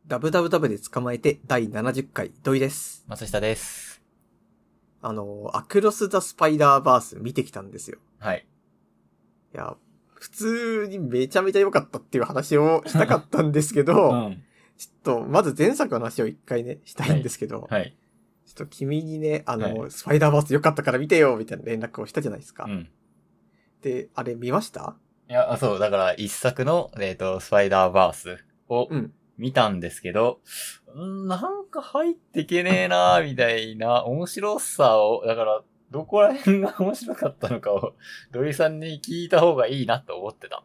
ダブダブダブで捕まえて第70回土井です。 松下です。 アクロス・ザ・スパイダーバース見てきたんですよ。 はい。 いや、普通にめちゃめちゃ良かったっていう話をしたかったんですけど、 うん、 ちょっとまず前作の話を一回ね、したいんですけど、 はい。 ちょっと君にね、 はい、 スパイダーバース良かったから見てよみたいな連絡をしたじゃないですか。 うん。 で、あれ見ました？ いや、そう、だから一作の、スパイダーバースを見たんですけど、なんか入ってけねえなーみたいな面白さを、だからどこら辺が面白かったのかを土井さんに聞いた方がいいなと思ってた。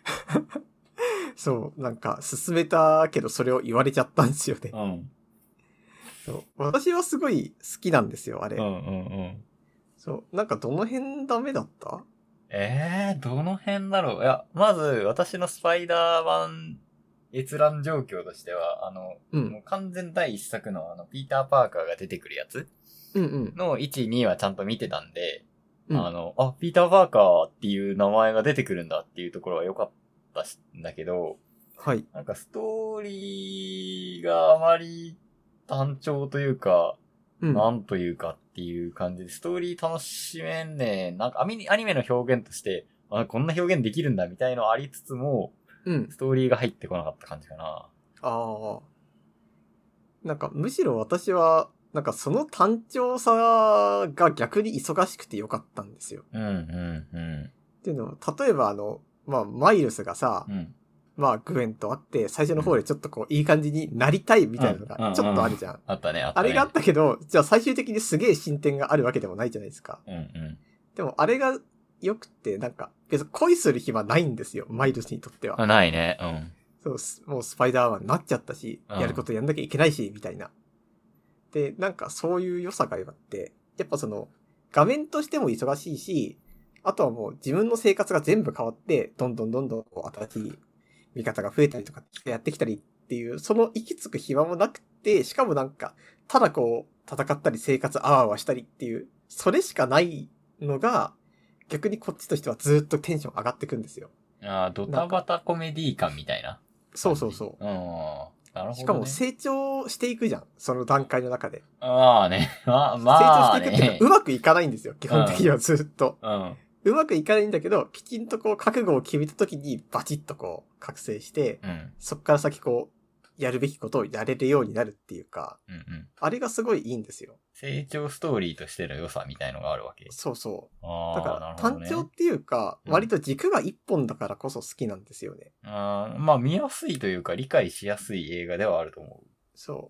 そう、なんか勧めたけどそれを言われちゃったんですよね。 うん。 そう、私はすごい好きなんですよ、あれ。 うんうんうん。 そう、なんかどの辺ダメだった？ どの辺だろう。いや、まず私のスパイダーマン閲覧状況としては、もう完全第一作のピーター・パーカーが出てくるやつの1、2はちゃんと見てたんで、ピーター・パーカーっていう名前が出てくるんだっていうところは良かったんだけど、 はい。 なんかストーリーがあまり単調というか、なんというかっていう感じで、ストーリー楽しめんね。なんかアニメの表現として、こんな表現できるんだみたいのありつつも、ストーリーが入ってこなかった感じかな。 ああ。なんかむしろ私は、なんかその単調さが逆に忙しくてよかったんですよ。っていうのは、例えばマイルスがさ、グエンと会って、最初の方でちょっとこう、いい感じになりたいみたいなのが、ちょっとあるじゃん。 あったね。 あれがあったけど、じゃあ最終的にすげえ進展があるわけでもないじゃないですか。でも、あれが良くて、なんか、別に恋する暇ないんですよ、マイルスにとっては。 ないね。 そう、もうスパイダーマンになっちゃったし、やることやんなきゃいけないし、みたいな。で、なんかそういう良さがあって、やっぱ画面としても忙しいし、あとはもう自分の生活が全部変わって、どんどん新しい味方が増えたりとかやってきたりっていう、その行き着く暇もなくて、しかもなんか、ただこう、戦ったり生活あわあわしたりっていう、それしかないのが、逆にこっちとしてはずっとテンション上がってくんですよ。 ドタバタコメディ感みたいな。 そう。 なるほどね。 しかも成長していくじゃん。その段階の中で。 まあね。 成長していくっていうか、うまくいかないんですよ。基本的にはずっと。うまくいかないんだけど、きちんとこう覚悟を決めた時にバチッとこう覚醒して、そっから先こう、やるべきことをやれるようになるっていうか、あれがすごいいいんですよ。 成長ストーリーとしての良さみたいのがあるわけ。 そう。だから単調っていうか、割と軸が一本だからこそ好きなんですよね。 見やすいというか理解しやすい映画ではあると思う。 そう。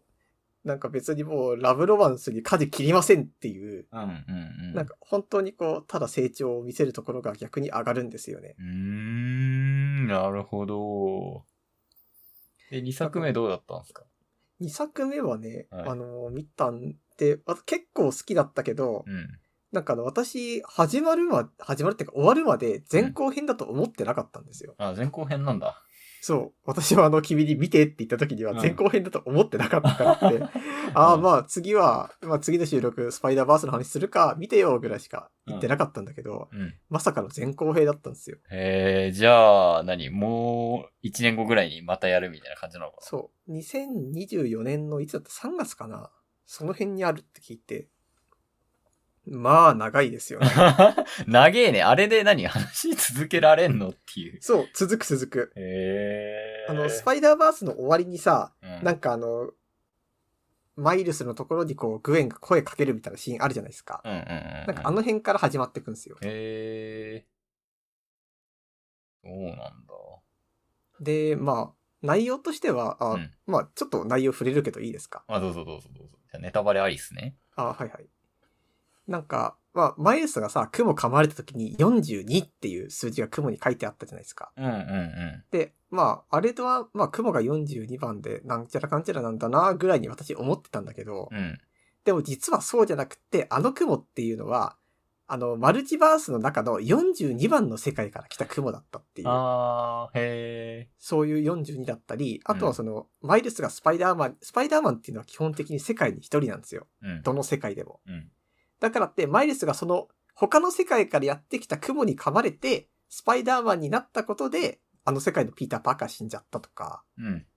なんか別にもうラブロマンスに舵切りませんっていう、なんか本当にこう、ただ成長を見せるところが逆に上がるんですよね。 なるほど。で、2作目どうだったんですか ？2作目はね、見たんで、結構好きだったけど、なんか私、始まるっていうか終わるまで前後編だと思ってなかったんですよ。 前後編なんだ。 そう。私は君に見てって言った時には前後編だと思ってなかったからって、次は、次の収録、スパイダーバースの話するか、見てよぐらいしか言ってなかったんだけど、まさかの前後編だったんですよ。 じゃあ、もう1年後ぐらいにまたやるみたいな感じなのかな？ そう。2024年のいつだった？ 3 月かな？その辺にあるって聞いて、まあ、長いですよね。 長えね。あれで話続けられんのっていう。 そう、続く。スパイダーバースの終わりにさ、なんかマイルスのところにこう、グエンが声かけるみたいなシーンあるじゃないですか。なんか辺から始まってくんですよ。 そうなんだ。 で、内容としては、ちょっと内容触れるけどいいですか？ どうぞ。じゃあネタバレありっすね。 はい。なんか、マイルスがさ、雲噛まれた時に42っていう数字が雲に書いてあったじゃないですか。で、あれとは、雲が42番で、なんちゃらかんちゃらなんだな、ぐらいに私思ってたんだけど、でも実はそうじゃなくて、雲っていうのは、マルチバースの中の42番の世界から来た雲だったっていう。そういう42だったり、あとはマイルスがスパイダーマンっていうのは基本的に世界に一人なんですよ。どの世界でも。だからって、マイルスが他の世界からやってきた雲に噛まれて、スパイダーマンになったことで、世界のピーター・パーカー死んじゃったとか、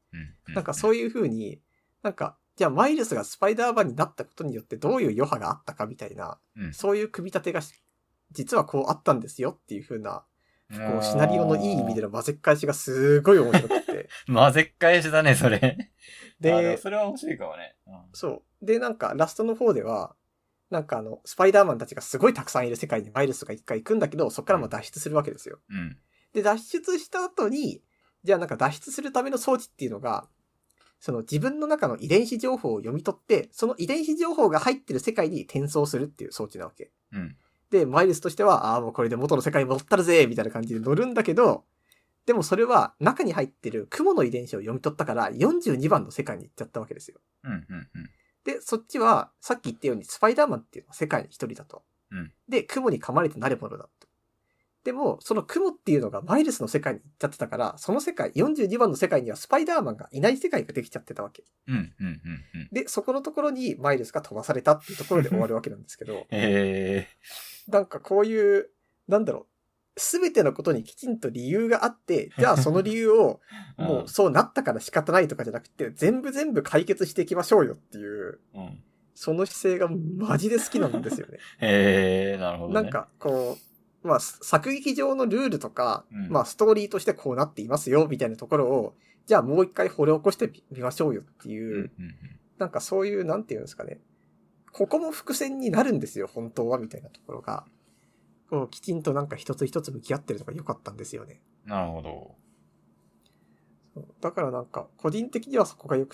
なんかそういう風に、なんか、じゃあマイルスがスパイダーマンになったことによってどういう余波があったかみたいな、そういう組み立てが実はこうあったんですよっていう風な、こうシナリオのいい意味での混ぜっ返しがすごい面白くて。 混ぜっ返しだね、それ。 で、 それは面白いかもね。 そう。で、なんかラストの方では、なんかスパイダーマンたちがすごいたくさんいる世界にマイルスが一回行くんだけど、そこからも脱出するわけですよ。で、脱出した後に、じゃあなんか脱出するための装置っていうのが、その自分の中の遺伝子情報を読み取って、その遺伝子情報が入ってる世界に転送するっていう装置なわけ。で、マイルスとしては、もうこれで元の世界に戻ったるぜみたいな感じで乗るんだけど、でもそれは中に入ってる雲の遺伝子を読み取ったから42番の世界に行っちゃったわけですよ。で、そっちはさっき言ったようにスパイダーマンっていうのは世界に一人だと。で、雲に噛まれてなるものだと。でも、その雲っていうのがマイルスの世界に行っちゃってたから、その世界、42番の世界にはスパイダーマンがいない世界ができちゃってたわけ。で、そこのところにマイルスが飛ばされたっていうところで終わるわけなんですけど。なんかこういう、なんだろう、すべてのことにきちんと理由があって、じゃあその理由を、もうそうなったから仕方ないとかじゃなくて、全部解決していきましょうよっていう、その姿勢がマジで好きなんですよね。 なるほどね。 なんかこう、まあ、作劇上のルールとか、まあ、ストーリーとしてこうなっていますよ、みたいなところを、じゃあもう一回掘り起こしてみましょうよっていう、なんかそういう、なんていうんですかね。ここも伏線になるんですよ、本当は、みたいなところが、こう、きちんとなんか一つ一つ向き合ってるのが良かったんですよね。 なるほど。 だからなんか、個人的にはそこが良くって、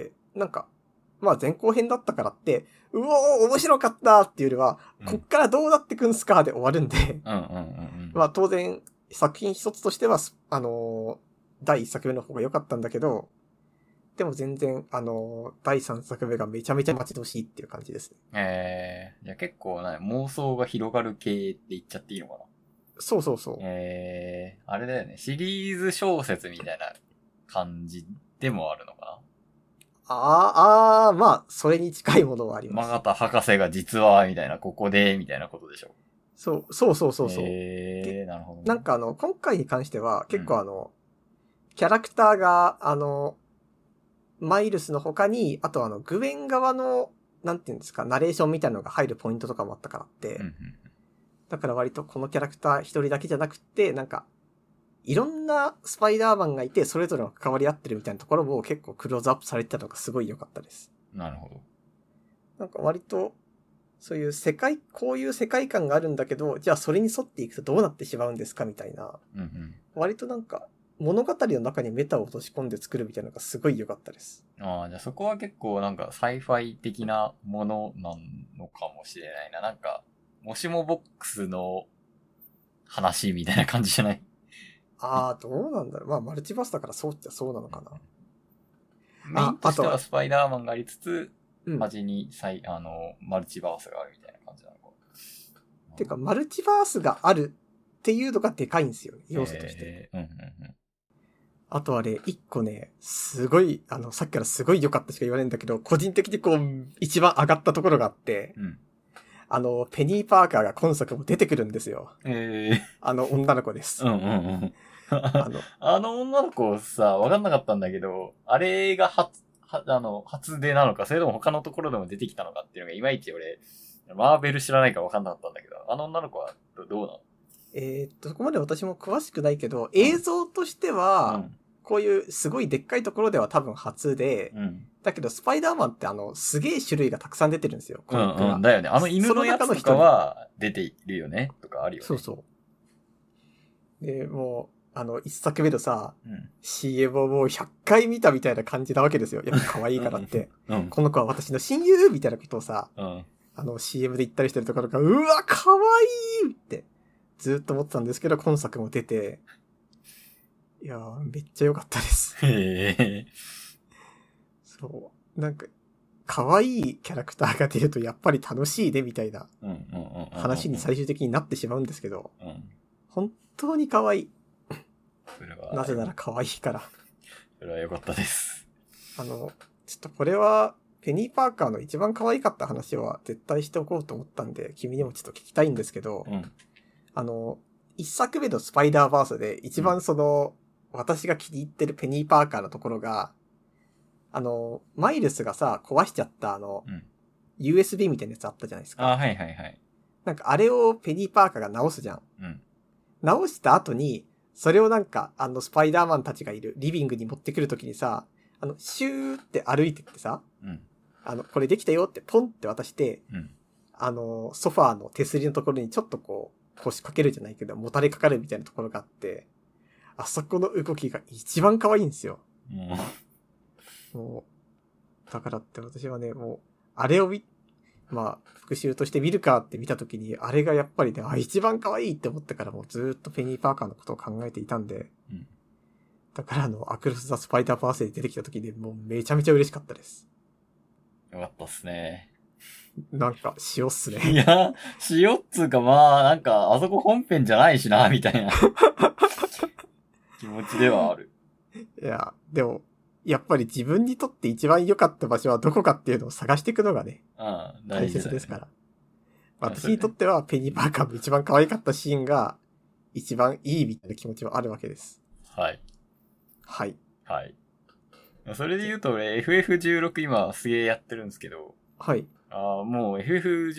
なんか、まあ前後編だったからって、うおー面白かったっていうよりは、こっからどうなってくんすかで終わるんで、まあ当然作品一つとしては、第一作目の方が良かったんだけど、でも全然、第三作目がめちゃめちゃ待ち遠しいっていう感じですね。じゃあ結構妄想が広がる系って言っちゃっていいのかな？ そうそうそう。 あれだよね。シリーズ小説みたいな感じでもあるのかな？ まあ、それに近いものはあります。 マガタ博士が実は、みたいな、ここで、みたいなことでしょ。 そう。 なるほど、ね。 なんか今回に関しては、結構キャラクターが、マイルスの他に、あとグエン側の、なんていうんですか、ナレーションみたいなのが入るポイントとかもあったからって、だから割とこのキャラクター一人だけじゃなくて、なんか、いろんなスパイダーマンがいて、それぞれが関わり合ってるみたいなところも結構クローズアップされてたのがすごい良かったです。 なるほど。 なんか割と、そういうこういう世界観があるんだけど、じゃあそれに沿っていくとどうなってしまうんですかみたいな。割となんか、物語の中にメタを落とし込んで作るみたいなのがすごい良かったです。 じゃあそこは結構なんかサイファイ的なものなのかもしれないな。なんか、もしもボックスの話みたいな感じじゃない？ どうなんだろう。まあ、マルチバースだからそうっちゃそうなのかな。 メインとしてはスパイダーマンがありつつ、端にマルチバースがあるみたいな感じなのか。 てか、マルチバースがあるっていうのがでかいんですよ、要素として。あと一個ね、すごい、さっきからすごい良かったしか言わないんだけど、個人的にこう、一番上がったところがあって、ペニー・パーカーが今作も出てくるんですよ。女の子です。 あの女の子さ、わかんなかったんだけど、あれが初出なのか、それとも他のところでも出てきたのかっていうのがいまいち俺、マーベル知らないからわかんなかったんだけど、あの女の子はどうなの？ そこまで私も詳しくないけど、映像としては、こういうすごいでっかいところでは多分初で、だけどスパイダーマンってすげえ種類がたくさん出てるんですよ。 だよね。犬のやつとかは出ているよねとかあるよね。 そう。で、もう、一作目のさ、CM をもう100回見たみたいな感じなわけですよ。やっぱ可愛いからって。この子は私の親友みたいなことをさ、CM で言ったりしてるところが、うわ、可愛いって、ずっと思ってたんですけど、今作も出て、いやー、めっちゃ良かったです。そう。なんか、可愛いキャラクターが出るとやっぱり楽しいね、みたいな話に最終的になってしまうんですけど、本当に可愛い。なぜなら可愛いから。 それは良かったです。 ちょっとこれは、ペニー・パーカーの一番可愛かった話は絶対しておこうと思ったんで、君にもちょっと聞きたいんですけど、一作目のスパイダーバースで一番私が気に入ってるペニー・パーカーのところが、 マイルスがさ、壊しちゃったUSB みたいなやつあったじゃないですか。 あ、はいはいはい。 なんかあれをペニー・パーカーが直すじゃん。 うん。 直した後に、それをなんか、スパイダーマンたちがいるリビングに持ってくるときにさ、シューって歩いてってさ、 うん。 これできたよってポンって渡して、 うん。 ソファーの手すりのところにちょっとこう、腰掛けるじゃないけど、もたれかかるみたいなところがあって、あそこの動きが一番可愛いんですよ。もう、だからって私はね、もう、あれをまあ、復習として見るかって見たときに、あれがやっぱりね、一番可愛いって思ってからもうずーっとペニー・パーカーのことを考えていたんで、 うん、 だからアクロス・ザ・スパイダーバースで出てきたときにもうめちゃめちゃ嬉しかったです。 よかったっすね。 なんか、塩っすね。 いや、塩っつうかまあ、なんか、あそこ本編じゃないしな、みたいな気持ちではある。 いや、でも、やっぱり自分にとって一番良かった場所はどこかっていうのを探していくのがね、大切ですから。私にとってはペニー・パーカーの一番可愛かったシーンが一番いいみたいな気持ちはあるわけです。 はい。 はい。 はい。それで言うと俺 FF16 今すげえやってるんですけど。 はい。 もう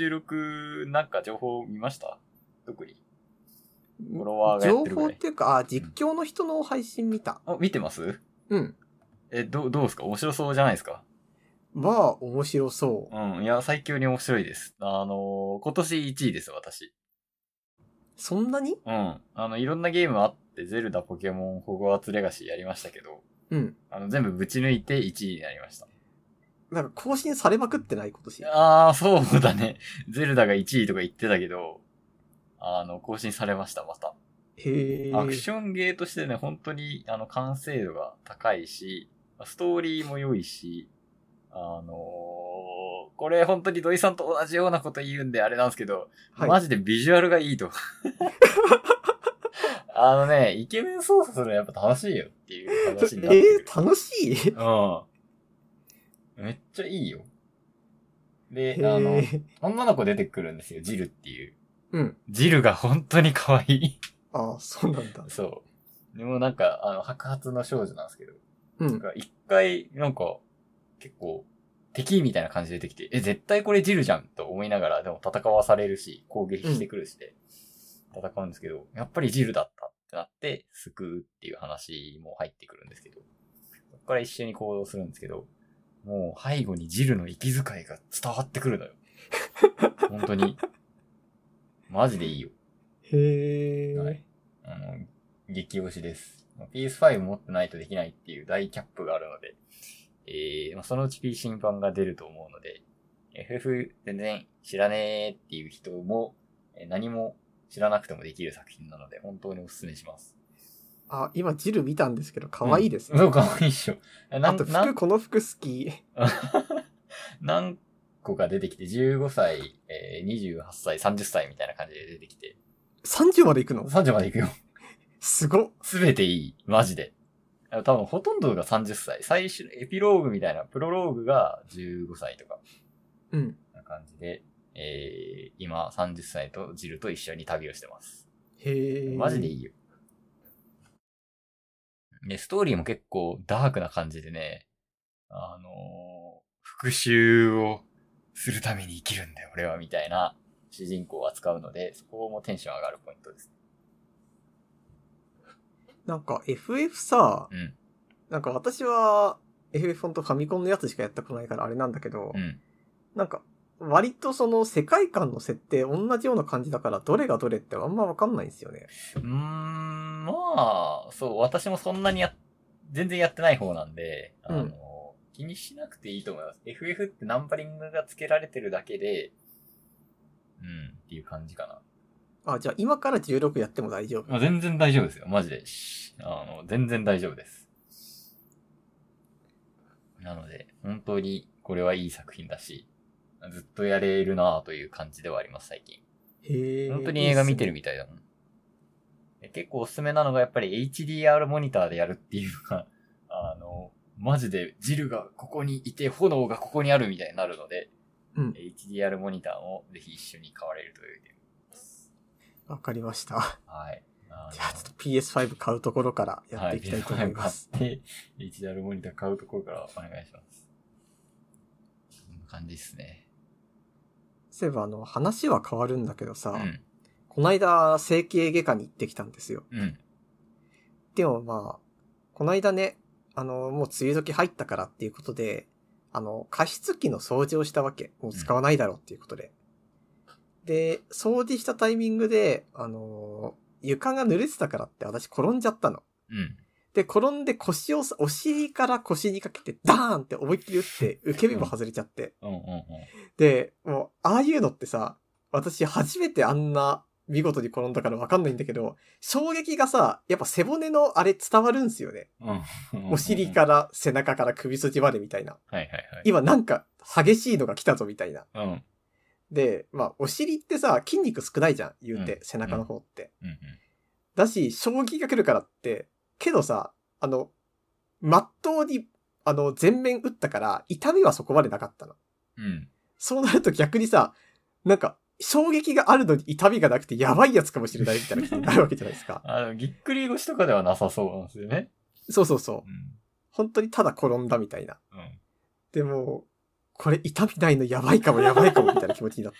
FF16 なんか情報見ました？特に。フォロワーがやってるぐらい。 情報っていうか、実況の人の配信見た。 見てます？ うん。 どうですか？面白そうじゃないですか？ まあ、面白そう。 うん。いや、最強に面白いです。今年1位です、私。 そんなに？ うん。いろんなゲームあって、ゼルダ、ポケモン、ホグワーツレガシーやりましたけど、 うん。 全部ぶち抜いて1位になりました。 なんか更新されまくってない今年。 そうだね。ゼルダが1位とか言ってたけど、更新されました、また。 へアクションゲーとしてね、本当に、完成度が高いし、ストーリーも良いし、これ本当に土井さんと同じようなこと言うんであれなんですけど、はい、マジでビジュアルがいいと。イケメン操作するのやっぱ楽しいよっていう話になってくる。 楽しい？ うん。めっちゃいいよ。で、女の子出てくるんですよ、ジルっていう。 うん。 ジルが本当に可愛い。 そうなんだ。 そう。でもなんか、白髪の少女なんですけど。 うん。 一回、なんか、結構、敵みたいな感じで出てきて、絶対これジルじゃんと思いながら、でも戦わされるし、攻撃してくるしで、戦うんですけど、やっぱりジルだったってなって、救うっていう話も入ってくるんですけど、そこから一緒に行動するんですけど、もう背後にジルの息遣いが伝わってくるのよ。本当に。マジでいいよ。 へー。 はい。激推しです。PS5 持ってないとできないっていう大キャップがあるので、そのうち PC 版が出ると思うので、FF 全然知らねーっていう人も、何も知らなくてもできる作品なので、本当にお勧めします。 今ジル見たんですけど、可愛いですね。 そう、可愛いっしょ。 あとこの服好き。 何個か出てきて、15歳、28歳、30歳みたいな感じで出てきて。 30まで行くの？ 30 まで行くよ。 すごっ。 すべていい。マジで。多分ほとんどが30歳。最初、エピローグみたいな、プロローグが15歳とか。 うん。 な感じで、今30歳とジルと一緒に旅をしてます。 へー。 マジでいいよ。で、ストーリーも結構ダークな感じでね、復讐をするために生きるんだよ、俺は、みたいな主人公を扱うので、そこもテンション上がるポイントです。 なんか FF さ、 うん、 なんか私は FF ほんとファミコンのやつしかやったことないからあれなんだけど、 うん、 なんか割とその世界観の設定同じような感じだからどれがどれってあんまわかんないんですよね。 まあ、そう、私もそんなに全然やってない方なんで、気にしなくていいと思います。FF ってナンバリングが付けられてるだけで、っていう感じかな。 じゃあ今から16やっても大丈夫？ 全然大丈夫ですよ、マジで。全然大丈夫です。なので、本当にこれはいい作品だし、ずっとやれるなぁという感じではあります、最近。 へー。 本当に映画見てるみたいだもん。結構おすすめなのがやっぱり HDR モニターでやるっていうのが、マジでジルがここにいて炎がここにあるみたいになるので、 うん、 HDR モニターをぜひ一緒に買われるという点です。 わかりました。 はい。 じゃあちょっと PS5 買うところからやっていきたいと思います。 はい、買って、HDR モニター買うところからお願いします。こんな感じですね。 そういえば話は変わるんだけどさ、この間整形外科に行ってきたんですよ。でもまあ、この間ね、もう梅雨時入ったからっていうことで、加湿器の掃除をしたわけ。もう使わないだろうっていうことで。で、掃除したタイミングで、床が濡れてたからって私転んじゃったの。で、転んでお尻から腰にかけてダーンって思いっきり打って、受け身も外れちゃって。で、もう、ああいうのってさ、私初めてあんな見事に転んだからわかんないんだけど、衝撃がさ、やっぱ背骨のあれ伝わるんすよね。お尻から背中から首筋までみたいな。今なんか激しいのが来たぞみたいな。で、まあ、お尻ってさ、筋肉少ないじゃん、言うて、背中の方って。だし、衝撃が来るからって、けどさ、まっとうに、全面打ったから、痛みはそこまでなかったの。そうなると逆にさ、なんか、衝撃があるのに痛みがなくてやばいやつかもしれないみたいな気になるわけじゃないですか。 ぎっくり腰とかではなさそうなんですよね。 そう。本当にただ転んだみたいな。でも、これ痛みないのやばいかもみたいな気持ちになって。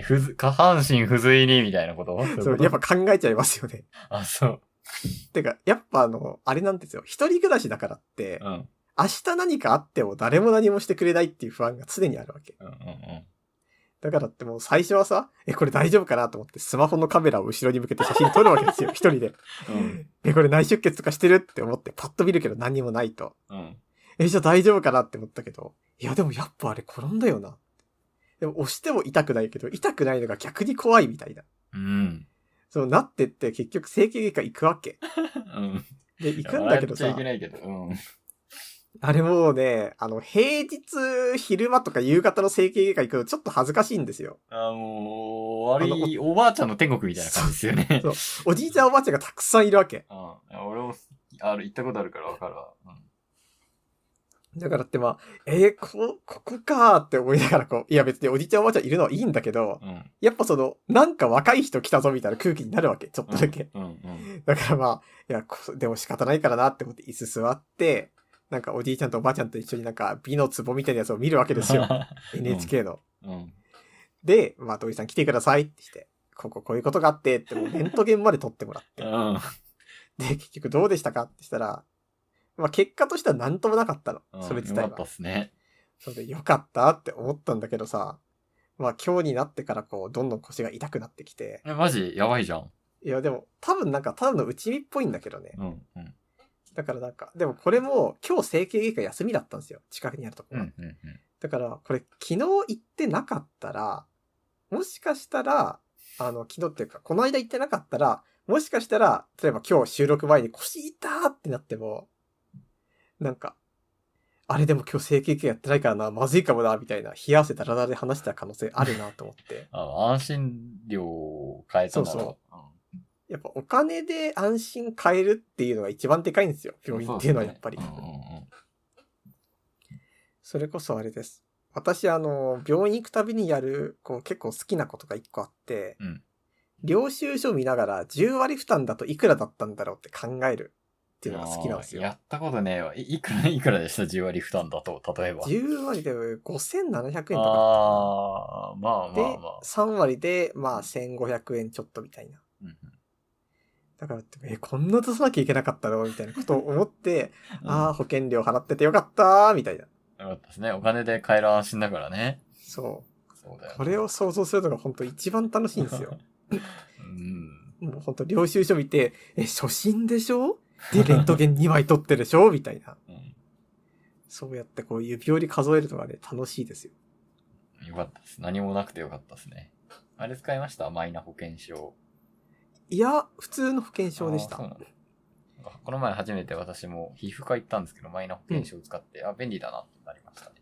下半身不随にみたいなことそう、やっぱ考えちゃいますよね。 そう。 てか、やっぱあれなんですよ。一人暮らしだからって、明日何かあっても誰も何もしてくれないっていう不安が常にあるわけ。だからってもう最初はさ、これ大丈夫かなと思ってスマホのカメラを後ろに向けて写真撮るわけですよ。一人で。これ内出血とかしてるって思ってパッと見るけど何にもないと。じゃあ大丈夫かなって思ったけど、いやでもやっぱあれ転んだよな。でも押しても痛くないけど、痛くないのが逆に怖いみたいな。そうなってって結局整形外科行くわけ。で、行くんだけどさ。 いけないけど。 あれもうね、平日昼間とか夕方の整形外科行くとちょっと恥ずかしいんですよ。 もう、おばあちゃんの天国みたいな感じですよね。 そう。おじいちゃんおばあちゃんがたくさんいるわけ。 俺も、行ったことあるからわかるわ。 だからってまあ、ここかーって思いながらいや別におじいちゃんおばあちゃんいるのはいいんだけど、やっぱなんか若い人来たぞみたいな空気になるわけ、ちょっとだけ。だからまあ、いや、でも仕方ないからなって思って椅子座って、なんかおじいちゃんとおばあちゃんと一緒になんか美の壺みたいなやつを見るわけですよ。NHK の。で、まあ、土井さん来てくださいってして、こういうことがあってってもうレントゲンまで撮ってもらって。で、結局どうでしたかってしたら、まあ結果としては何ともなかったの。それ自体は。 よかったっすね。 それでよかったって思ったんだけどさ、まあ今日になってからどんどん腰が痛くなってきて。 マジやばいじゃん。 いやでも多分なんかただの内身っぽいんだけどね。だからなんか、でもこれも今日整形外科休みだったんですよ。近くにあるところ。だからこれ昨日行ってなかったら、もしかしたら、昨日っていうかこの間行ってなかったら、もしかしたら、例えば今日収録前に腰痛ーってなっても、なんか、あれでも今日整形外科やってないからな、まずいかもな、みたいな、冷や汗だらだらで話した可能性あるなと思って。 安心料を変えたんだろう。そう。 やっぱお金で安心変えるっていうのが一番でかいんですよ。病院っていうのはやっぱり。それこそあれです。私病院行くたびにやる、結構好きなことが一個あって、領収書見ながら10割負担だといくらだったんだろうって考えるっていうのが好きなんですよ。 やったことねえわ。いくらでした ?10 割負担だと、例えば。 10割で5700円とか。 まあ。 で、3割で、まあ1500円ちょっとみたいな。だからって、こんな出さなきゃいけなかったのみたいなことを思って、保険料払っててよかったーみたいな。 よかったですね。お金で買える安心だからね。 そうだよ。これを想像するのが本当一番楽しいんですよ。もう本当領収書見て、初心でしょで、レントゲン2枚取ってるでしょみたいな。そうやって指折り数えるのがね、楽しいですよ。 よかったです。何もなくてよかったですね。あれ使いました？マイナ保険証。 いや、普通の保険証でした。 そうなんだ。この前初めて私も皮膚科行ったんですけど、マイナ保険証を使って、便利だなってなりましたね。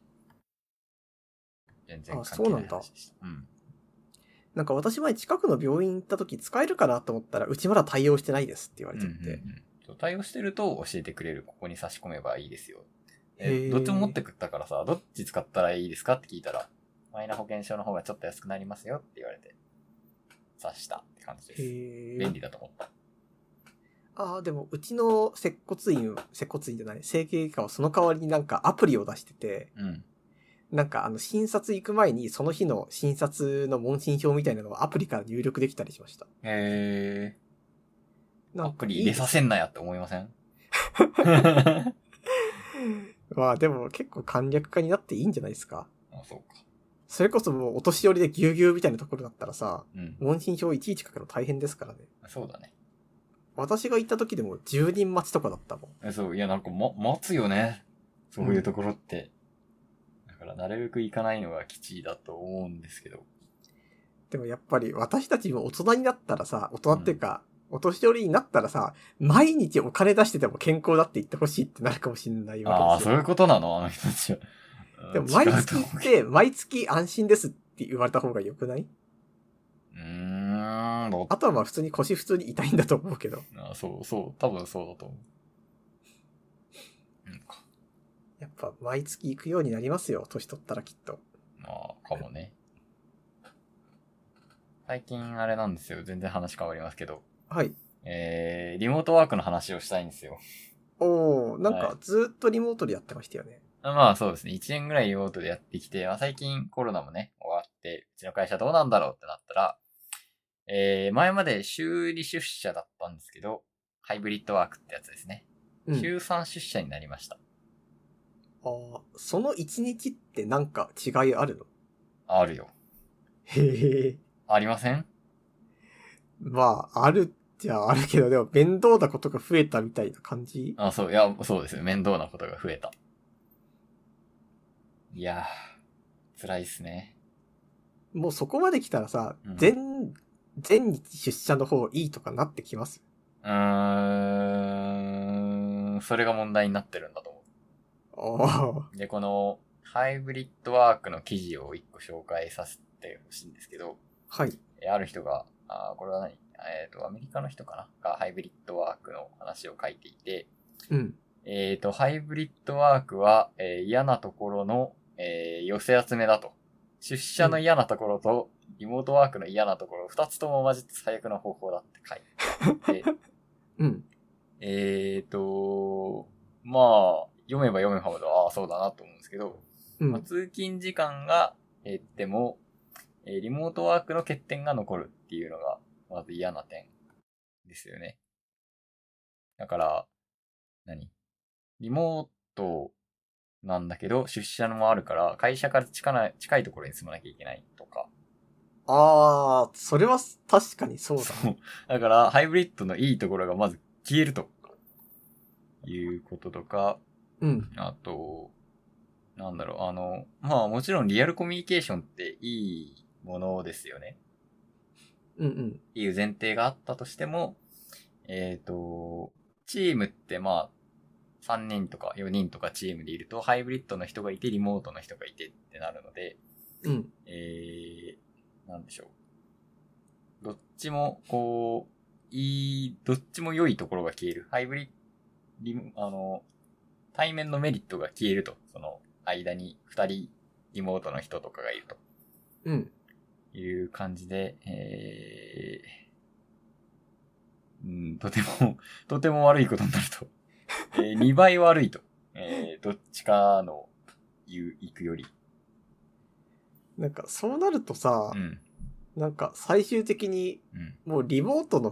全然関係ない話でした。そうなんだ。 なんか私前近くの病院行った時使えるかなと思ったら、うちまだ対応してないですって言われちゃって。 対応してると教えてくれる。ここに差し込めばいいですよ。どっちも持ってくったからさ、どっち使ったらいいですかって聞いたら、マイナ保険証の方がちょっと安くなりますよって言われて、差したって感じです。便利だと思った。 でも、うちの接骨院じゃない、整形外科はその代わりになんかアプリを出してて、 うん。 なんか診察行く前にその日の診察の問診票みたいなのをアプリから入力できたりしました。 へー。アプリ入れさせせんなやって思いません？ まあでも結構簡略化になっていいんじゃないですか。 あ、そうか。 それこそもうお年寄りでぎゅうぎゅうみたいなところだったらさ、 うん。 問診票いちいち書くの大変ですからね。 そうだね。 私が行った時でも10人待ちとかだったもん。 そう、いやなんか待つよね。そういうところって。だからなるべく行かないのが吉だと思うんですけど。 でもやっぱり私たちも大人になったらさ、大人っていうか、お年寄りになったらさ、毎日お金出してても健康だって言ってほしいってなるかもしれないわけですよ。 ああ、そういうことなのあの人たちは。 でも毎月行って、毎月安心ですって言われた方が良くない？あとはまあ普通に腰普通に痛いんだと思うけど。 そう、多分そうだと思う。 やっぱ毎月行くようになりますよ、年取ったらきっと。 かもね。最近あれなんですよ、全然話変わりますけど。 はい。 リモートワークの話をしたいんですよ。 なんかずっとリモートでやってましたよね。 まあそうですね。1年ぐらいリモートでやってきて、最近コロナもね、終わって、うちの会社どうなんだろうってなったら、前まで週2出社だったんですけど、ハイブリッドワークってやつですね。週3出社になりました。 その1日ってなんか違いあるの？ あるよ。 へえ。 ありません？ まあ、あるっちゃあるけど、でも面倒なことが増えたみたいな感じ？ そう、いや、そうですよ。面倒なことが増えた。いやー、辛いっすね。 もうそこまで来たらさ、全日出社の方いいとかなってきます？ それが問題になってるんだと思う。で、この、ハイブリッドワークの記事を一個紹介させてほしいんですけど、 はい。 ある人が、これは何？アメリカの人かながハイブリッドワークの話を書いていて、ハイブリッドワークは、嫌なところの、寄せ集めだと。出社の嫌なところと、リモートワークの嫌なところ、二つとも混じって最悪な方法だって書いてあって、まあ、読めば読めばほど、そうだなと思うんですけど、通勤時間が減っても、リモートワークの欠点が残るっていうのが、まず嫌な点ですよね。だから、リモートなんだけど、出社もあるから、会社から近いところに住まなきゃいけないとか。 それは確かにそうだ。 そう。だから、ハイブリッドのいいところがまず消えると。いうこととか。あと、まあもちろんリアルコミュニケーションっていいものですよね。っていう前提があったとしても、チームってまあ、3人とか4人とかチームでいると、ハイブリッドの人がいて、リモートの人がいてってなるので、なんでしょう。どっちも、どっちも良いところが消える。ハイブリッド、対面のメリットが消えると。その間に2人リモートの人とかがいると。いう感じで、とても悪いことになると。2倍悪いと。どっちかの行くより。 なんかそうなるとさ、なんか最終的に、もうリモートの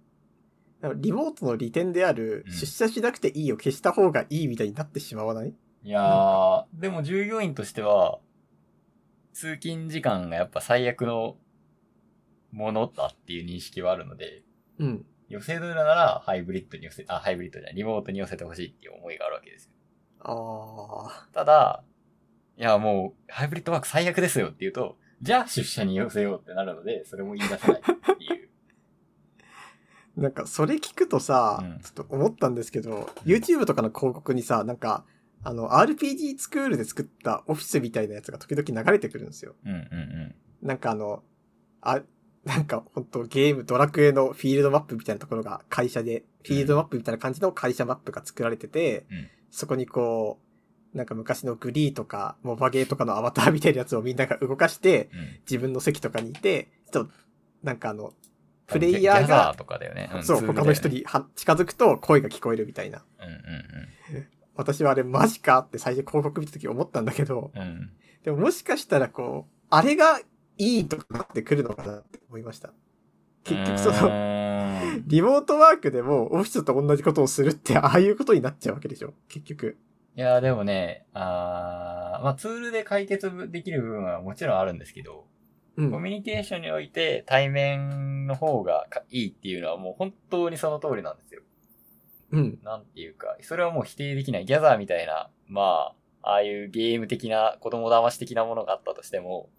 利点である、出社しなくていいを消した方がいいみたいになってしまわない？ いやー、でも従業員としては、通勤時間がやっぱ最悪のものだっていう認識はあるので、寄せるならハイブリッドじゃない、リモートに寄せてほしいっていう思いがあるわけですよ。ただ、いやもう、ハイブリッドワーク最悪ですよって言うと、じゃあ出社に寄せようってなるので、それも言い出せないっていう。 なんか、それ聞くとさ、ちょっと思ったんですけど、YouTube とかの広告にさ、なんか、RPG スクールで作ったオフィスみたいなやつが時々流れてくるんですよ。なんかなんか本当ゲーム、ドラクエのフィールドマップみたいなところが会社で、フィールドマップみたいな感じの会社マップが作られてて、そこになんか昔のグリーとか、モバゲーとかのアバターみたいなやつをみんなが動かして、自分の席とかにいて、なんかプレイヤーが、 ギャザーとかだよね。 そう、他の人に近づくと声が聞こえるみたいな。私はあれマジかって最初広告見た時思ったんだけど、でももしかしたらこう、あれがいいとかなってくるのかなって思いました。結局リモートワークでもオフィスと同じことをするってああいうことになっちゃうわけでしょ結局。 いや、でもね、ツールで解決できる部分はもちろんあるんですけど、コミュニケーションにおいて対面の方がいいっていうのはもう本当にその通りなんですよ。なんていうか、それはもう否定できない。ギャザーみたいな、ああいうゲーム的な、子供騙し的なものがあったとしても、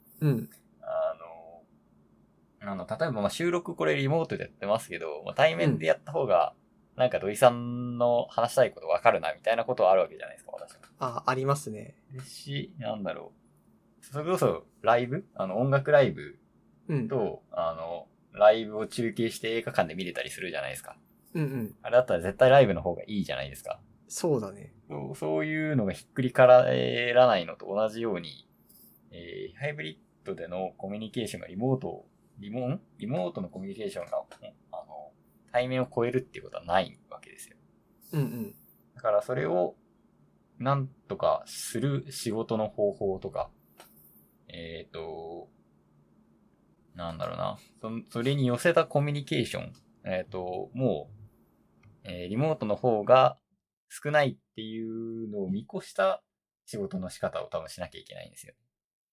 例えば収録これリモートでやってますけど、対面でやった方が、なんか土井さんの話したいことわかるな、みたいなことはあるわけじゃないですか、私は。 ありますね。 それこそ、ライブ音楽ライブと、ライブを中継して映画館で見れたりするじゃないですか。あれだったら絶対ライブの方がいいじゃないですか。 そうだね。 そういうのがひっくり返らないのと同じように、ハイブリッドでのコミュニケーションがリモートのコミュニケーションが、対面を超えるっていうことはないわけですよ。だからそれを、なんとかする仕事の方法とか、なんだろうな。それに寄せたコミュニケーション。もう、リモートの方が少ないっていうのを見越した仕事の仕方を多分しなきゃいけないんですよ。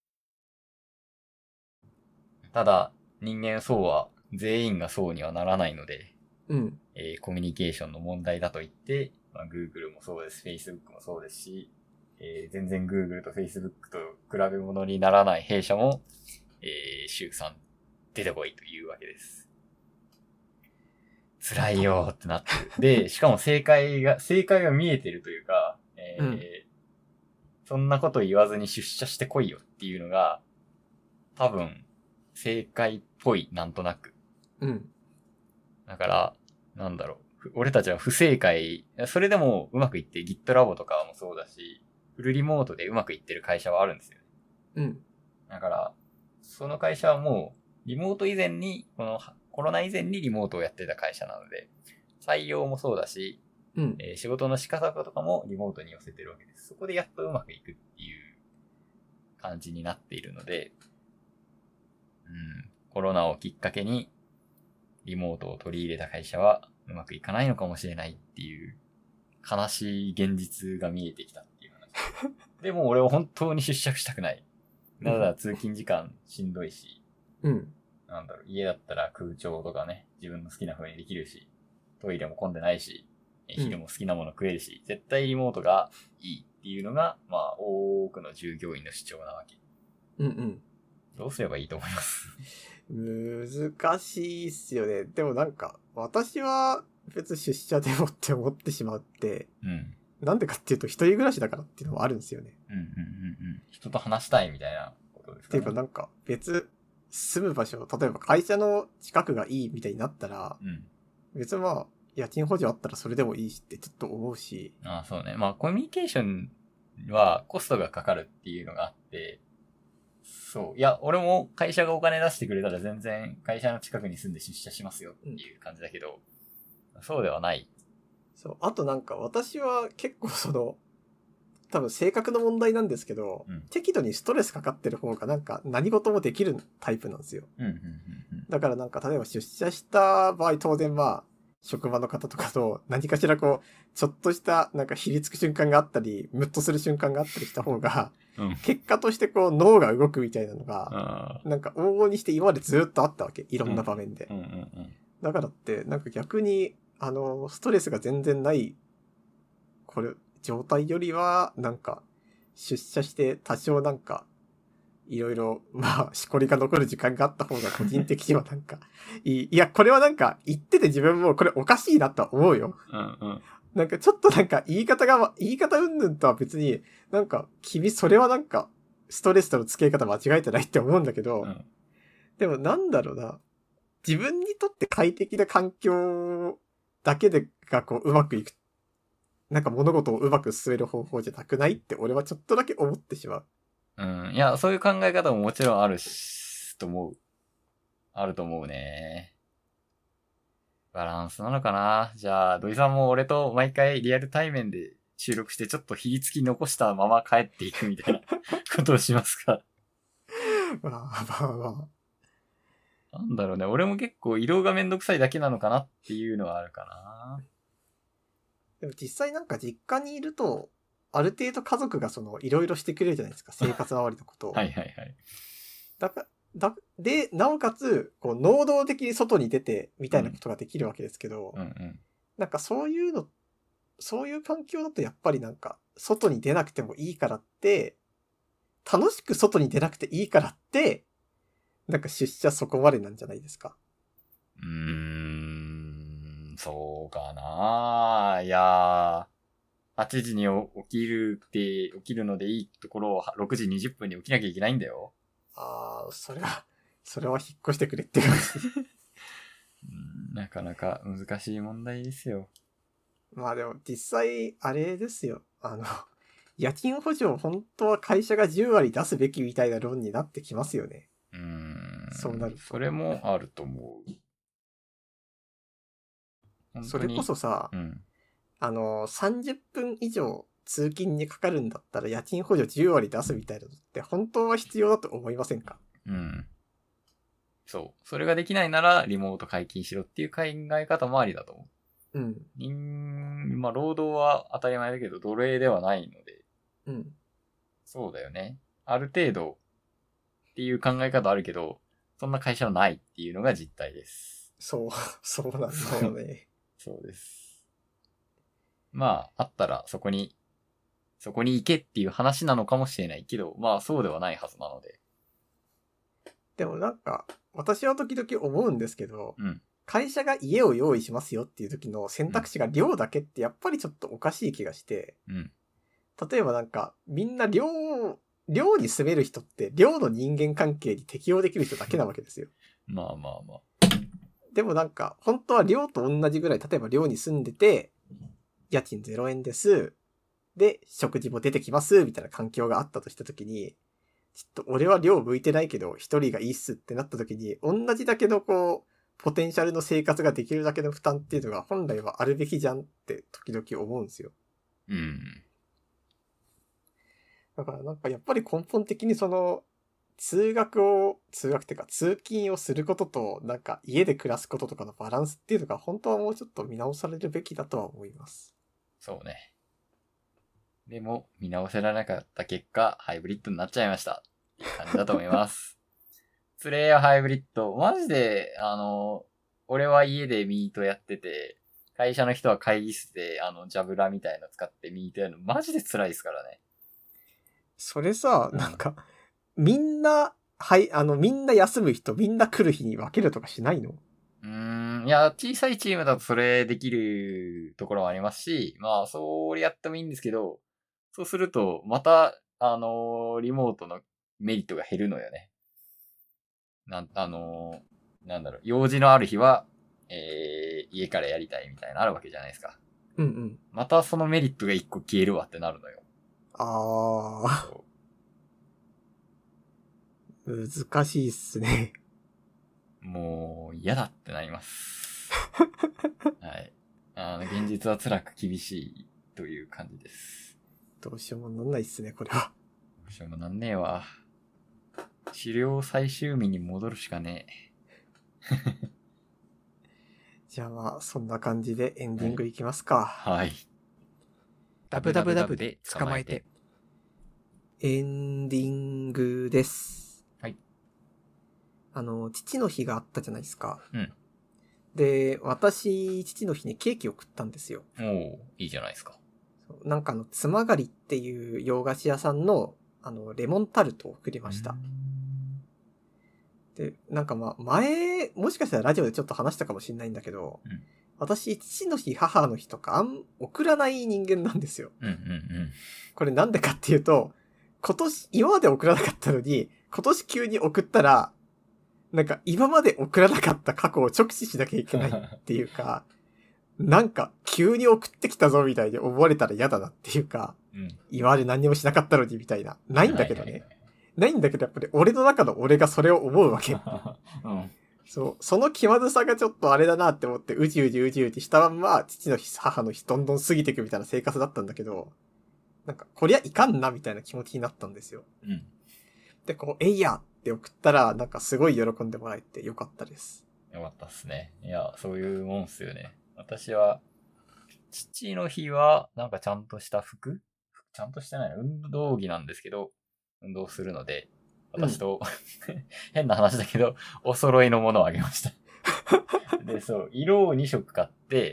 ただ、人間そうは全員がそうにはならないので、コミュニケーションの問題だと言って、Google もそうです、Facebook もそうですし、全然 Google と Facebook と比べ物にならない弊社も、週3出てこいというわけです。辛いよってなってる。で、しかも正解が見えてるというか、そんなこと言わずに出社してこいよっていうのが、多分、正解っぽい、なんとなく。だから、なんだろう。俺たちは不正解、それでもうまくいって GitLab とかもそうだし、フルリモートでうまくいってる会社はあるんですよね。だから、その会社はもう、リモート以前に、コロナ以前にリモートをやってた会社なので、採用もそうだし、仕事の仕方とかもリモートに寄せてるわけです。そこでやっとうまくいくっていう感じになっているので、コロナをきっかけにリモートを取り入れた会社はうまくいかないのかもしれないっていう悲しい現実が見えてきたっていう話。でも俺は本当に出社したくない。だから通勤時間しんどいし、家だったら空調とかね、自分の好きな風にできるし、トイレも混んでないし、昼も好きなもの食えるし、絶対リモートがいいっていうのが、多くの従業員の主張なわけ。どうすればいいと思います？ 難しいっすよね。でもなんか、私は別に出社でもって思ってしまって、なんでかっていうと一人暮らしだからっていうのもあるんですよね。 人と話したいみたいなことですかね。 っていうかなんか別、住む場所、例えば会社の近くがいいみたいになったら、別に家賃補助あったらそれでもいいしってちょっと思うし。 そうね。コミュニケーションはコストがかかるっていうのがあって、そう。いや、俺も会社がお金出してくれたら全然会社の近くに住んで出社しますよっていう感じだけど、そうではない。 そう。あとなんか私は結構多分性格の問題なんですけど、適度にストレスかかってる方がなんか何事もできるタイプなんですよ。だからなんか例えば出社した場合当然職場の方とかと何かしらちょっとしたなんかひりつく瞬間があったり、ムッとする瞬間があったりした方が、結果として脳が動くみたいなのが、なんか往々にして今までずっとあったわけ。いろんな場面で。だからって、なんか逆に、ストレスが全然ない、状態よりは、なんか、出社して多少なんか、いろいろ、しこりが残る時間があった方が個人的にはなんか、いや、これはなんか、言ってて自分もこれおかしいなとは思うよ。なんかちょっとなんか言い方うんぬんとは別に、なんか、君それはなんか、ストレスとの付け方間違えてないって思うんだけど、でもなんだろうな、自分にとって快適な環境だけがうまくいく。なんか物事をうまく進める方法じゃなくないって俺はちょっとだけ思ってしまう。 いや、そういう考え方ももちろんあると思う。あると思うね。 バランスなのかな。じゃあ、土井さんも俺と毎回リアル対面で収録してちょっとひりつき残したまま帰っていくみたいなことをしますか。 まあ。 なんだろうね。俺も結構移動がめんどくさいだけなのかなっていうのはあるかな。 でも実際なんか実家にいると、ある程度家族がいろいろしてくれるじゃないですか。生活周りのことを。 はいはいはい。 で、なおかつ、能動的に外に出て、みたいなことができるわけですけど、なんかそういう環境だとやっぱりなんか、外に出なくてもいいからって、楽しく外に出なくていいからって、なんか出社そこまでなんじゃないですか。 そうかな。いやー、8時に起きるのでいいところを6時20分に起きなきゃいけないんだよ。 それは引っ越してくれって感じ。 なかなか難しい問題ですよ。 まあでも実際、あれですよ。家賃補助を本当は会社が10割出すべきみたいな論になってきますよね。そうなると。 それもあると思う。それこそさ、30分以上通勤にかかるんだったら家賃補助10割出すみたいなのって本当は必要だと思いませんか？ そう。それができないならリモート解禁しろっていう考え方もありだと思う。まあ、労働は当たり前だけど奴隷ではないので。そうだよね。ある程度っていう考え方あるけど、そんな会社はないっていうのが実態です。 そうなんだよね。 そうです。まあ、あったらそこに行けっていう話なのかもしれないけど、まあそうではないはずなので。 でもなんか、私は時々思うんですけど、会社が家を用意しますよっていう時の選択肢が寮だけってやっぱりちょっとおかしい気がして、例えばなんか、みんな寮に住める人って寮の人間関係に適応できる人だけなわけですよ。 まあ。 でもなんか、本当は寮と同じぐらい、例えば寮に住んでて、家賃0円です。で、食事も出てきます、みたいな環境があったとしたときに、ちょっと俺は寮向いてないけど、一人がいいっすってなったときに、同じだけのポテンシャルの生活ができるだけの負担っていうのが本来はあるべきじゃんって時々思うんですよ。だからなんかやっぱり根本的に通勤をすることと、なんか家で暮らすこととかのバランスっていうのが本当はもうちょっと見直されるべきだとは思います。 そうね。でも、見直せられなかった結果、ハイブリッドになっちゃいました。感じだと思います。つれやハイブリッド。マジで、俺は家でミートやってて、会社の人は会議室で、ジャブラみたいの使ってミートやるの、マジで辛いですからね。 それさ、なんか、みんな休む人、みんな来る日に分けるとかしないの？ いや、小さいチームだとそれできるところもありますし、まあ、そうやってもいいんですけど、そうすると、また、リモートのメリットが減るのよね。なんだろう、用事のある日は、家からやりたいみたいなのあるわけじゃないですか。またそのメリットが一個消えるわってなるのよ。 難しいっすね。 もう、嫌だってなります。はい。現実は辛く厳しいという感じです。 どうしようもなんないっすね、これは。 どうしようもなんねえわ。治療最終日に戻るしかねえ。 じゃあまあ、そんな感じでエンディングいきますか。 はい。 ダブダブダブで捕まえて。エンディングです。 はい。 父の日があったじゃないですか。で、私、父の日にケーキを食ったんですよ。 いいじゃないですか。 なんかつまがりっていう洋菓子屋さんの、レモンタルトを送りました。で、なんかまあ、前、もしかしたらラジオでちょっと話したかもしれないんだけど、私、父の日、母の日とか、送らない人間なんですよ。これなんでかっていうと、今まで送らなかったのに、今年急に送ったら、なんか今まで送らなかった過去を直視しなきゃいけないっていうか、なんか急に送ってきたぞみたいに思われたら嫌だなっていうか、今まで何にもしなかったのにみたいな。ないんだけどね。ないんだけどやっぱり俺の中の俺がそれを思うわけ。 そう、その気まずさがちょっとあれだなって思って、うじしたまんま、父の日、母の日、どんどん過ぎていくみたいな生活だったんだけど、なんか、こりゃいかんな、みたいな気持ちになったんですよ。 うん。 で、こう、えいやって送ったら、なんかすごい喜んでもらえてよかったです。 よかったっすね。いや、そういうもんっすよね。私は、父の日は、なんかちゃんとした服ちゃんとしてないの運動着なんですけど、運動するので、私と、変な話だけど、お揃いのものをあげました。で、そう、色を2色買って、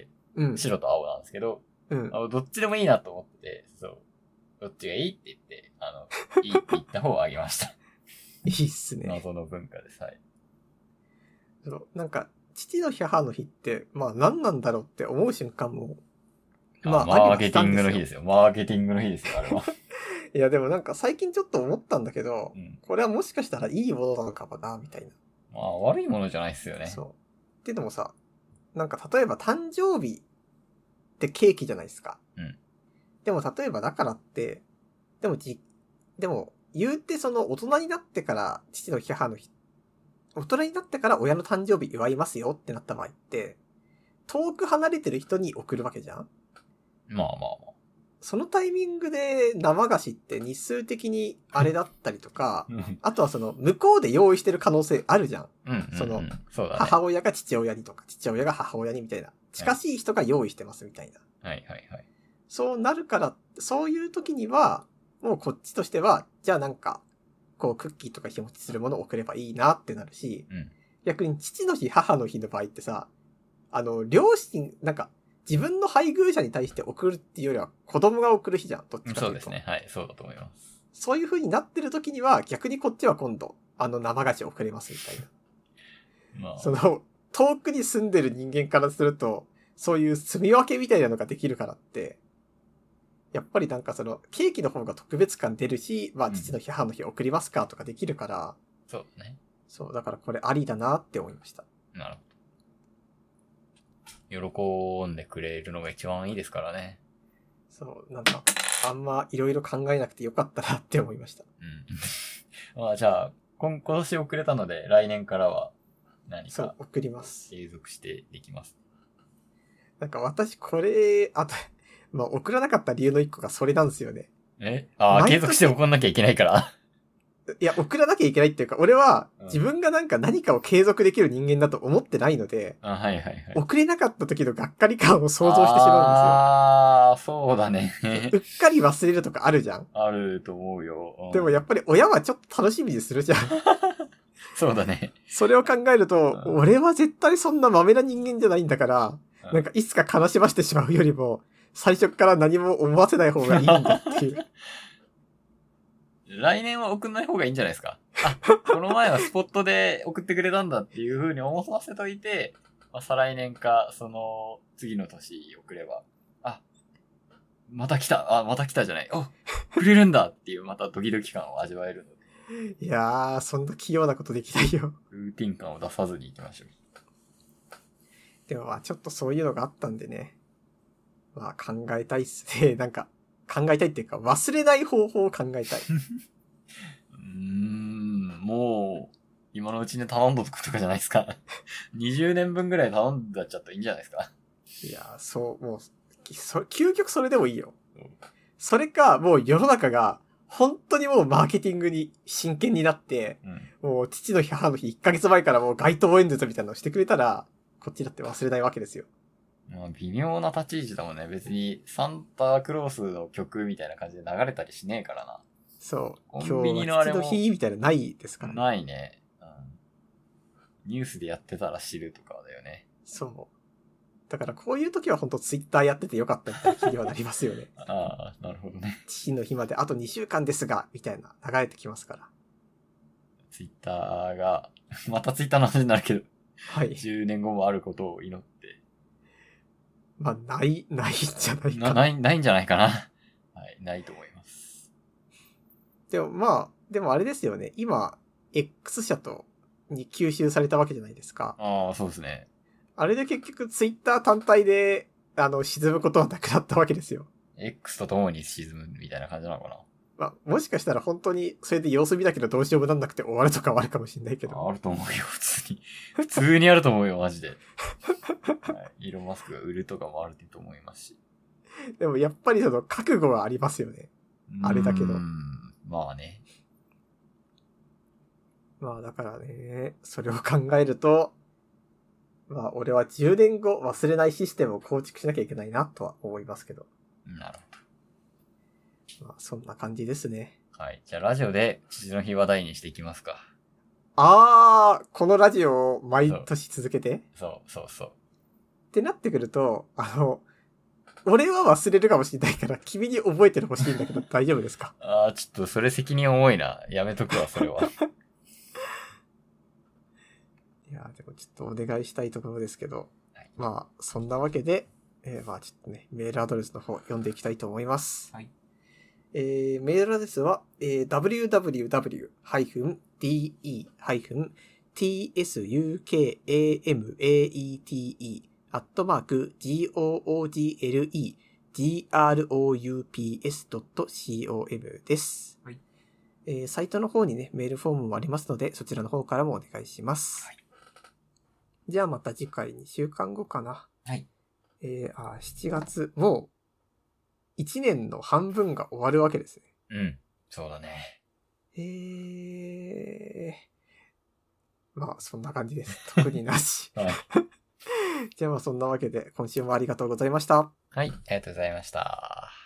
白と青なんですけど、どっちでもいいなと思って、そう、どっちがいいって言って、いいって言った方をあげました。 いいっすね。 謎の文化です、はい。 なんか、父の日母の日って、まあ何なんだろうって思う瞬間も、 まあ、マーケティングの日ですよ。マーケティングの日ですよ、あれは。 いや、でもなんか最近ちょっと思ったんだけど、これはもしかしたらいいものなのかもな、みたいな。 まあ、悪いものじゃないっすよね。 そう。っていうのもさ、なんか例えば誕生日ってケーキじゃないですか。でも例えばだからって、でも言うてその大人になってから父の日母の日、大人になってから親の誕生日祝いますよってなった場合って、遠く離れてる人に送るわけじゃん？ まあ。 そのタイミングで生菓子って日数的にあれだったりとか、あとはその向こうで用意してる可能性あるじゃん。その、母親が父親にとか、父親が母親にみたいな。近しい人が用意してますみたいな。そうなるから、そういう時には、もうこっちとしては、じゃあなんか、こうクッキーとか日持ちするものを送ればいいなってなるし、逆に父の日、母の日の場合ってさ、両親、なんか、自分の配偶者に対して送るっていうよりは子供が送る日じゃん、どっちかというと。 そうですね。はい、そうだと思います。 そういう風になってる時には逆にこっちは今度、生菓子を送れますみたいな。まあ。その、遠くに住んでる人間からすると、そういう住み分けみたいなのができるからって、やっぱりなんかその、ケーキの方が特別感出るし、まあ父の日、母の日送りますかとかできるから、 そうね。 そう、だからこれありだなって思いました。 なるほど。喜んでくれるのが一番いいですからね。 そう、なんか、あんまいろいろ考えなくてよかったなって思いました。 まあじゃあ、今年遅れたので、来年からは何か。そう、 送ります。 継続してできます。 なんか私これ、まあ送らなかった理由の一個がそれなんですよね。 継続して送んなきゃいけないから。 いや、送らなきゃいけないっていうか、俺は自分がなんか何かを継続できる人間だと思ってないので、送れなかった時のがっかり感を想像してしまうんですよ。 そうだね。 うっかり忘れるとかあるじゃん。 あると思うよ。 でもやっぱり親はちょっと楽しみにするじゃん。 そうだね。 それを考えると、俺は絶対そんな豆な人間じゃないんだから、なんかいつか悲しませてしまうよりも、最初から何も思わせない方がいいんだっていう。 来年は送んない方がいいんじゃないですか。この前はスポットで送ってくれたんだっていう風に思わせといて、再来年か、その、次の年送れば、また来たじゃない。くれるんだっていう、またドキドキ感を味わえるので。 いやー、そんな器用なことできないよ。 ルーティン感を出さずに行きましょう。 でもちょっとそういうのがあったんでね。考えたいっすね。なんか、考えたいっていうか、忘れない方法を考えたい。 もう、今のうちに頼んどくとかじゃないですか。20年分ぐらい頼んだっちゃったらいいんじゃないですか。 いや、そう、もう、究極それでもいいよ。それか、もう世の中が、本当にもうマーケティングに真剣になって、もう父の日母の日1ヶ月前からもう街頭演説みたいなのをしてくれたら、こっちだって忘れないわけですよ。 微妙な立ち位置だもんね。別にサンタクロースの曲みたいな感じで流れたりしねえからな。 そう。 コンビニのあれも。 父の日みたいなないですからね。ないね。ニュースでやってたら知るとかだよね。 そう。だからこういう時は本当ツイッターやっててよかったみたいな気にはなりますよね。 なるほどね。 父の日まであと2週間ですが、みたいな流れてきますから。 ツイッターが、またツイッターの話になるけど。 はい。 10年後もあることを祈って。 ないんじゃないかな。 ないんじゃないかな。はい、ないと思います。 でもあれですよね。今、X 社に吸収されたわけじゃないですか。 そうですね。 あれで結局ツイッター単体で、沈むことはなくなったわけですよ。 X と共に沈むみたいな感じなのかな。 まあ、もしかしたら本当にそれで様子見だけどどうしようもなんなくて終わるとかはあるかもしれないけど。 あると思うよ、普通に。普通にあると思うよ、マジで。はい、イーロンマスクが売るとかもあると思いますし。 でもやっぱりその覚悟はありますよね。あれだけど。 まあね。 まあだからね、それを考えると、まあ俺は10年後忘れないシステムを構築しなきゃいけないなとは思いますけど。 なるほど。まあそんな感じですね。 はい。じゃあラジオで父の日話題にしていきますか。 このラジオを毎年続けてそう。 ってなってくると、俺は忘れるかもしれないから、君に覚えてるほしいんだけど、大丈夫ですか？ ちょっとそれ責任重いな。やめとくわ、それは。 いや、でもちょっとお願いしたいところですけど、 はい、 まあ、そんなわけで、まあちょっとね、メールアドレスの方読んでいきたいと思います。 はい。 メールアドレスは、www-tsukamaete.google-groups.com です。 はい。 サイトの方にね、メールフォームもありますので、そちらの方からもお願いします。はい。じゃあまた次回2週間後かな。 はい。 7月、もう、1年の半分が終わるわけですね。 うん。そうだね。 まあ、そんな感じです。特になし。 はい。 じゃあまあそんなわけで、今週もありがとうございました。 はい、ありがとうございました。